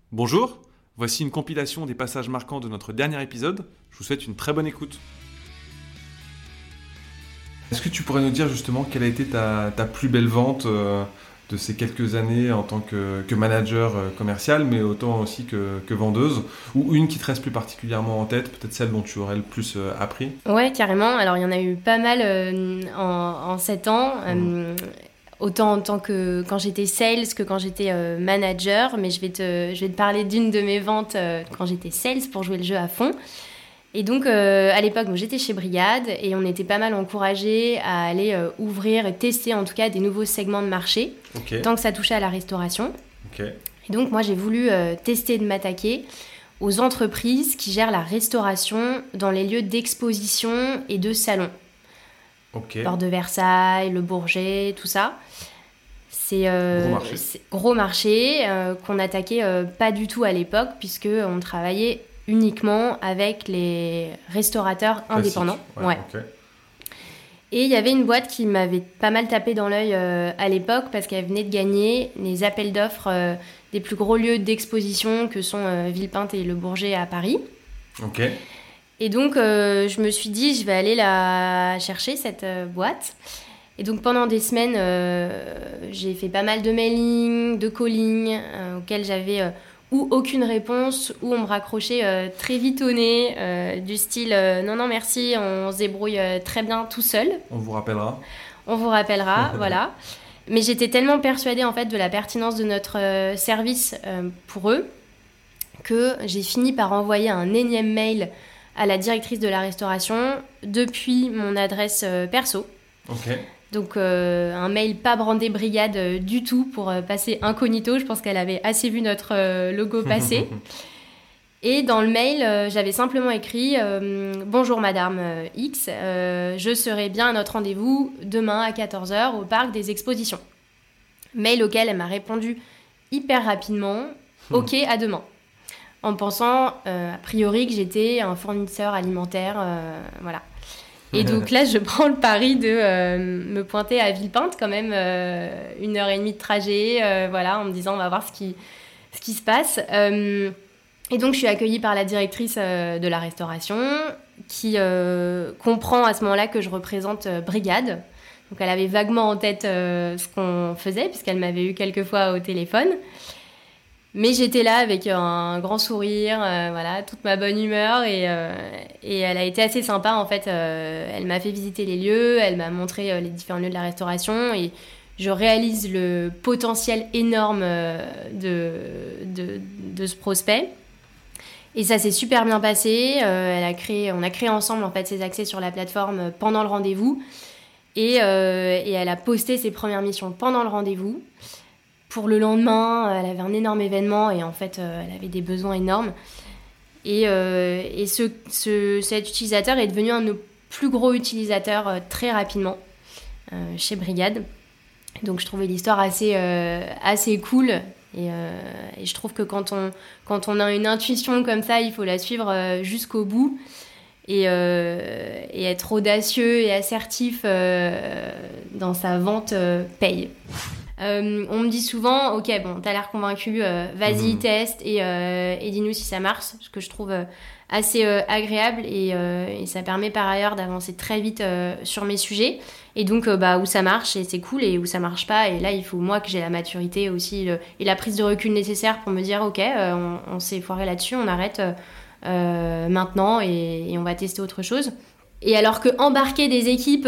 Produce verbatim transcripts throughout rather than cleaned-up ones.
Bonjour, voici une compilation des passages marquants de notre dernier épisode. Je vous souhaite une très bonne écoute. Est-ce que tu pourrais nous dire justement quelle a été ta, ta plus belle vente euh, de ces quelques années en tant que, que manager euh, commercial, mais autant aussi que, que vendeuse, ou une qui te reste plus particulièrement en tête, peut-être celle dont tu aurais le plus euh, appris? Ouais, carrément. Alors, il y en a eu pas mal euh, en, en sept ans. Mmh. Euh, autant en tant que quand j'étais sales que quand j'étais euh, manager. Mais je vais, te, je vais te parler d'une de mes ventes euh, quand j'étais sales pour jouer le jeu à fond. Et donc, euh, à l'époque, donc, j'étais chez Brigade et on était pas mal encouragés à aller euh, ouvrir et tester en tout cas des nouveaux segments de marché, Ok. tant que ça touchait à la restauration. Ok. Et donc, moi, j'ai voulu euh, tester de m'attaquer aux entreprises qui gèrent la restauration dans les lieux d'exposition et de salon. Ok. Porte de Versailles, le Bourget, tout ça. C'est euh, Gros marché. c'est gros marché euh, qu'on attaquait euh, pas du tout à l'époque puisqu'on travaillait uniquement avec les restaurateurs indépendants. Classique. Ouais, Ouais. ok. Et il y avait une boîte qui m'avait pas mal tapé dans l'œil euh, à l'époque parce qu'elle venait de gagner les appels d'offres euh, des plus gros lieux d'exposition que sont euh, Villepinte et le Bourget à Paris. Ok. Et donc, euh, je me suis dit, je vais aller la chercher, cette euh, boîte. Et donc, pendant des semaines, euh, j'ai fait pas mal de mailing, de calling, euh, auxquels j'avais euh, ou aucune réponse, ou on me raccrochait euh, très vite au nez, euh, du style euh, non, non, merci, on se débrouille euh, très bien tout seul. On vous rappellera. On vous rappellera, voilà. Mais j'étais tellement persuadée, en fait, de la pertinence de notre euh, service euh, pour eux que j'ai fini par envoyer un énième mail à la directrice de la restauration depuis mon adresse euh, perso. Ok. Donc euh, un mail pas brandé Brigade euh, du tout pour euh, passer incognito. Je pense qu'elle avait assez vu notre euh, logo passer. Et dans le mail, euh, j'avais simplement écrit euh, « Bonjour Madame euh, X, euh, je serai bien à notre rendez-vous demain à quatorze heures au parc des expositions. » Mail auquel elle m'a répondu hyper rapidement « Ok, à demain ». En pensant, euh, a priori, que j'étais un fournisseur alimentaire, euh, voilà. Et donc là, je prends le pari de euh, me pointer à Villepinte, quand même, euh, une heure et demie de trajet, euh, voilà, en me disant, on va voir ce qui, ce qui se passe. Euh, et donc, je suis accueillie par la directrice euh, de la restauration, qui euh, comprend à ce moment-là que je représente euh, Brigade. Donc, elle avait vaguement en tête euh, ce qu'on faisait, puisqu'elle m'avait eu quelques fois au téléphone. Mais j'étais là avec un grand sourire, euh, voilà, toute ma bonne humeur et, euh, et elle a été assez sympa en fait. Euh, elle m'a fait visiter les lieux, elle m'a montré euh, les différents lieux de la restauration et je réalise le potentiel énorme euh, de, de, de ce prospect. Et ça s'est super bien passé. Euh, elle a créé, on a créé ensemble en fait ses accès sur la plateforme pendant le rendez-vous et, euh, et elle a posté ses premières missions pendant le rendez-vous. Pour le lendemain, elle avait un énorme événement et en fait, euh, elle avait des besoins énormes. Et, euh, et ce, ce, cet utilisateur est devenu un de nos plus gros utilisateurs euh, très rapidement euh, chez Brigade. Donc, je trouvais l'histoire assez, euh, assez cool. Et, euh, et je trouve que quand on, quand on a une intuition comme ça, il faut la suivre euh, jusqu'au bout. Et, euh, et être audacieux et assertif euh, dans sa vente euh, paye. Euh, on me dit souvent, ok, bon, t'as l'air convaincu, euh, vas-y, Mmh. teste et, euh, et dis-nous si ça marche, ce que je trouve euh, assez euh, agréable et, euh, et ça permet par ailleurs d'avancer très vite euh, sur mes sujets. Et donc, euh, bah, où ça marche, et c'est cool, et où ça marche pas, et là, il faut moi que j'ai la maturité aussi le, et la prise de recul nécessaire pour me dire, ok, euh, on, on s'est foiré là-dessus, on arrête euh, maintenant et, et on va tester autre chose. Et alors que embarquer des équipes,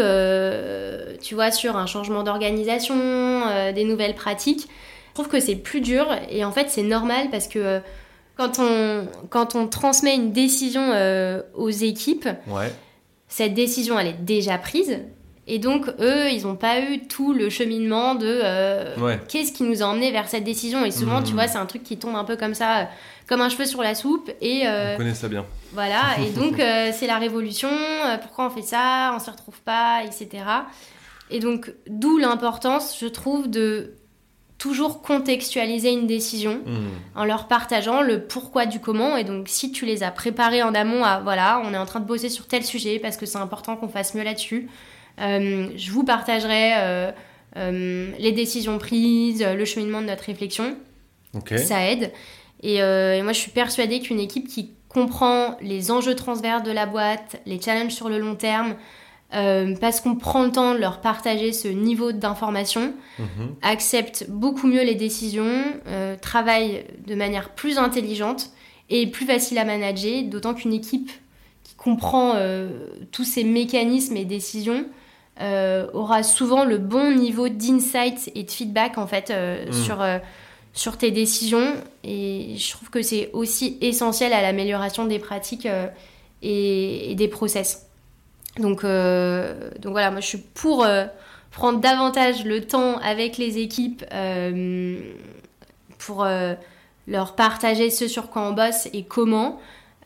euh, tu vois, sur un changement d'organisation, euh, des nouvelles pratiques, je trouve que c'est plus dur. Et en fait, c'est normal parce que euh, quand, on, quand on transmet une décision euh, aux équipes, Ouais. cette décision, elle est déjà prise. Et donc, eux, ils n'ont pas eu tout le cheminement de euh, Ouais. qu'est-ce qui nous a emmenés vers cette décision. Et souvent, Mmh. tu vois, c'est un truc qui tombe un peu comme ça, comme un cheveu sur la soupe. Et, euh, On connaît ça bien. voilà, et donc euh, c'est la révolution, euh, pourquoi on fait ça, on se retrouve pas, et cetera. Et donc, d'où l'importance, je trouve, de toujours contextualiser une décision Mmh. en leur partageant le pourquoi du comment. Et donc, si tu les as préparés en amont à, voilà, on est en train de bosser sur tel sujet parce que c'est important qu'on fasse mieux là-dessus, euh, je vous partagerai euh, euh, les décisions prises, le cheminement de notre réflexion. Ok. Ça aide. Et, euh, et moi, je suis persuadée qu'une équipe qui comprend les enjeux transverses de la boîte, les challenges sur le long terme, euh, parce qu'on prend le temps de leur partager ce niveau d'information, mmh. accepte beaucoup mieux les décisions, euh, travaille de manière plus intelligente et plus facile à manager, d'autant qu'une équipe qui comprend euh, tous ces mécanismes et décisions euh, aura souvent le bon niveau d'insight et de feedback en fait, euh, mmh. sur... Euh, sur tes décisions, et je trouve que c'est aussi essentiel à l'amélioration des pratiques euh, et, et des process. Donc, euh, donc voilà, moi je suis pour euh, prendre davantage le temps avec les équipes euh, pour euh, leur partager ce sur quoi on bosse et comment.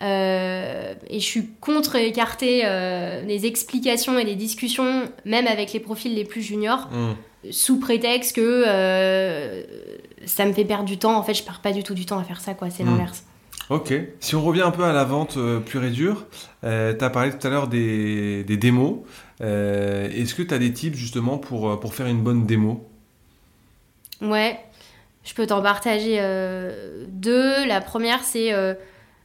Euh, et je suis contre écarter euh, les explications et les discussions, même avec les profils les plus juniors, mmh. sous prétexte que euh, ça me fait perdre du temps. En fait, je perds pas du tout du temps à faire ça, quoi. C'est mmh. l'inverse. Ok. Si on revient un peu à la vente euh, pure et dure, euh, tu as parlé tout à l'heure des, des démos. Euh, est-ce que tu as des tips justement pour, pour faire une bonne démo ? Ouais, je peux t'en partager euh, deux. La première, c'est euh,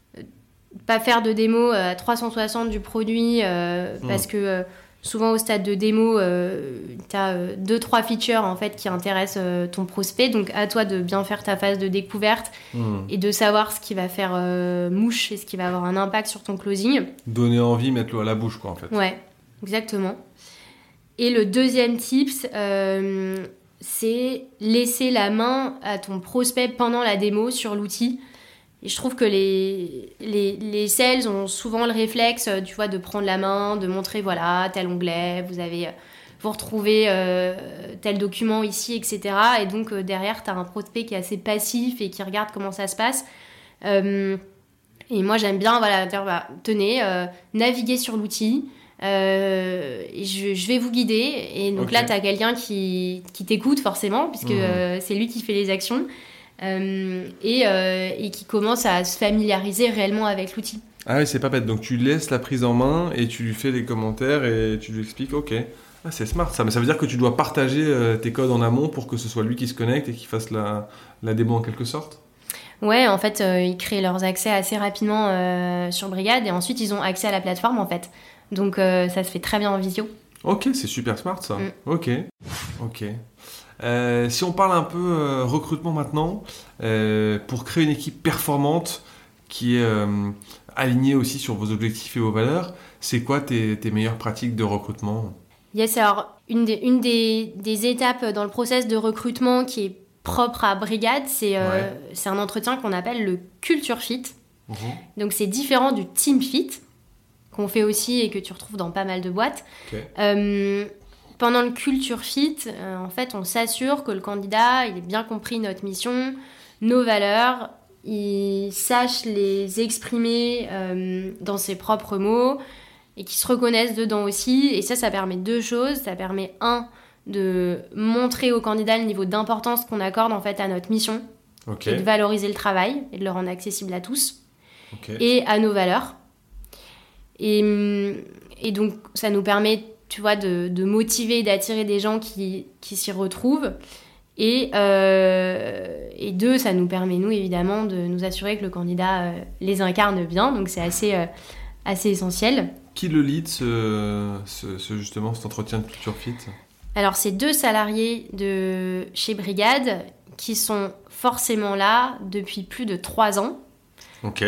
pas faire de démo à trois cent soixante du produit euh, mmh. parce que euh, souvent au stade de démo, euh, tu as euh, deux trois features en fait qui intéressent euh, ton prospect. Donc à toi de bien faire ta phase de découverte mmh. et de savoir ce qui va faire euh, mouche et ce qui va avoir un impact sur ton closing. Donner envie, mettre l'eau à la bouche quoi en fait. Ouais, exactement. Et le deuxième tips, euh, c'est laisser la main à ton prospect pendant la démo sur l'outil. Et je trouve que les, les, les sales ont souvent le réflexe, tu vois, de prendre la main, de montrer, voilà, tel onglet, vous avez, vous retrouvez euh, tel document ici, et cetera. Et donc, euh, derrière, tu as un prospect qui est assez passif et qui regarde comment ça se passe. Euh, et moi, j'aime bien, voilà, dire, bah, tenez, euh, naviguez sur l'outil, euh, et je, je vais vous guider. Et donc okay. là, tu as quelqu'un qui, qui t'écoute, forcément, puisque mmh. euh, c'est lui qui fait les actions. Euh, et, euh, et qui commence à se familiariser réellement avec l'outil. Ah oui, c'est pas bête. Donc tu laisses la prise en main et tu lui fais des commentaires et tu lui expliques, ok, ah, c'est smart ça. Mais ça veut dire que tu dois partager euh, tes codes en amont pour que ce soit lui qui se connecte et qui fasse la, la démo en quelque sorte. Ouais, en fait, euh, ils créent leurs accès assez rapidement euh, sur Brigade et ensuite ils ont accès à la plateforme en fait. Donc euh, ça se fait très bien en visio. Ok, c'est super smart ça. Mm. Ok, ok. Euh, si on parle un peu euh, recrutement maintenant, euh, pour créer une équipe performante qui est euh, alignée aussi sur vos objectifs et vos valeurs, c'est quoi tes, tes meilleures pratiques de recrutement ? Yes, alors une, des, une des, des étapes dans le process de recrutement qui est propre à Brigade, c'est, euh, ouais. c'est un entretien qu'on appelle le Culture Fit. Mmh. Donc c'est différent du Team Fit qu'on fait aussi et que tu retrouves dans pas mal de boîtes. Okay. Euh, Pendant le Culture Fit, euh, en fait, on s'assure que le candidat, il ait bien compris notre mission, nos valeurs, il sache les exprimer euh, dans ses propres mots et qu'il se reconnaisse dedans aussi. Et ça, ça permet deux choses. Ça permet, un, de montrer au candidat le niveau d'importance qu'on accorde en fait à notre mission okay. et de valoriser le travail et de le rendre accessible à tous okay. et à nos valeurs. Et, et donc, ça nous permet... tu vois, de, de motiver et d'attirer des gens qui, qui s'y retrouvent. Et, euh, et deux, ça nous permet, nous, évidemment, de nous assurer que le candidat euh, les incarne bien. Donc, c'est assez, euh, assez essentiel. Qui le lead, ce, ce, ce, justement, cet entretien de Culture Fit ? Alors, c'est deux salariés de chez Brigade qui sont forcément là depuis plus de trois ans. OK.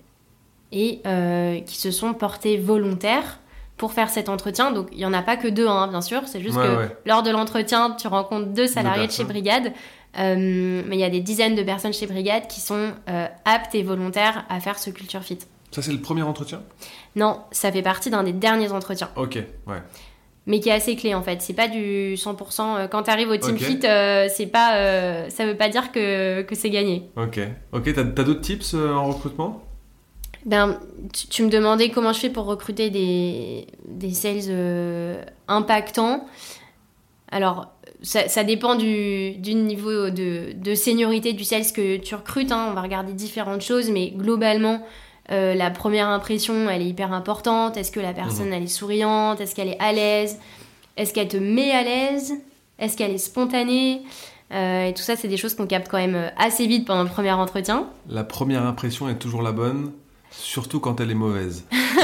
Et euh, qui se sont portés volontaires pour faire cet entretien. Donc, il n'y en a pas que deux, hein, bien sûr. C'est juste ouais, que ouais. lors de l'entretien, tu rencontres deux salariés de chez Brigade. Euh, mais il y a des dizaines de personnes chez Brigade qui sont euh, aptes et volontaires à faire ce Culture Fit. Ça, c'est le premier entretien ? Non, ça fait partie d'un des derniers entretiens. Ok, ouais. Mais qui est assez clé, en fait. C'est pas du cent pour cent. Quand tu arrives au Team okay. Fit, euh, c'est pas, euh, ça veut pas dire que, que c'est gagné. Ok. Ok, t'as, t'as d'autres tips euh, en recrutement ? Ben, tu, tu me demandais comment je fais pour recruter des, des sales euh, impactants. Alors, ça, ça dépend du, du niveau de, de seniorité du sales que tu recrutes. Hein. On va regarder différentes choses, mais globalement, euh, la première impression, elle est hyper importante. Est-ce que la personne, mmh. elle est souriante ? Est-ce qu'elle est à l'aise ? Est-ce qu'elle te met à l'aise ? Est-ce qu'elle est spontanée ? Euh, et tout ça, c'est des choses qu'on capte quand même assez vite pendant le premier entretien. La première impression est toujours la bonne, surtout quand elle est mauvaise.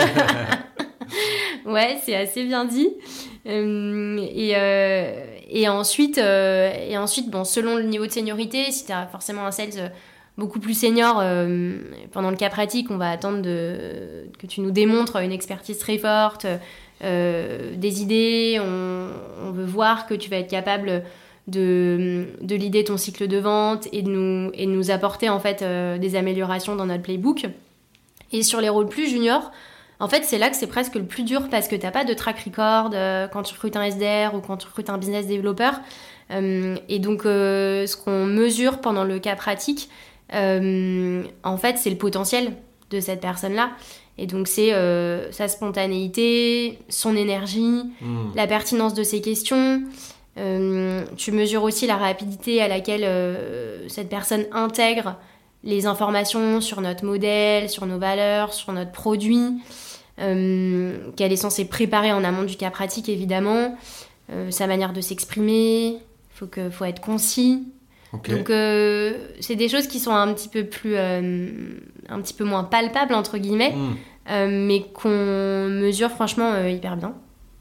Ouais, c'est assez bien dit. Euh, et, euh, et ensuite, euh, et ensuite bon, selon le niveau de seniorité, si tu as forcément un sales beaucoup plus senior, euh, pendant le cas pratique, on va attendre de, que tu nous démontres une expertise très forte, euh, des idées, on, on veut voir que tu vas être capable de, de leader ton cycle de vente et de nous, et de nous apporter en fait, euh, des améliorations dans notre playbook. Et sur les rôles plus juniors, en fait, c'est là que c'est presque le plus dur parce que tu n'as pas de track record euh, quand tu recrutes un S D R ou quand tu recrutes un business developer. Euh, et donc, euh, ce qu'on mesure pendant le cas pratique, euh, en fait, c'est le potentiel de cette personne-là. Et donc, c'est euh, sa spontanéité, son énergie, mmh. la pertinence de ses questions. Euh, tu mesures aussi la rapidité à laquelle euh, cette personne intègre les informations sur notre modèle, sur nos valeurs, sur notre produit, euh, qu'elle est censée préparer en amont du cas pratique, évidemment, euh, sa manière de s'exprimer, il faut, que, faut être concis. Okay. Donc, euh, c'est des choses qui sont un petit peu plus, euh, un petit peu moins palpables, entre guillemets, mmh. euh, mais qu'on mesure franchement euh, hyper bien.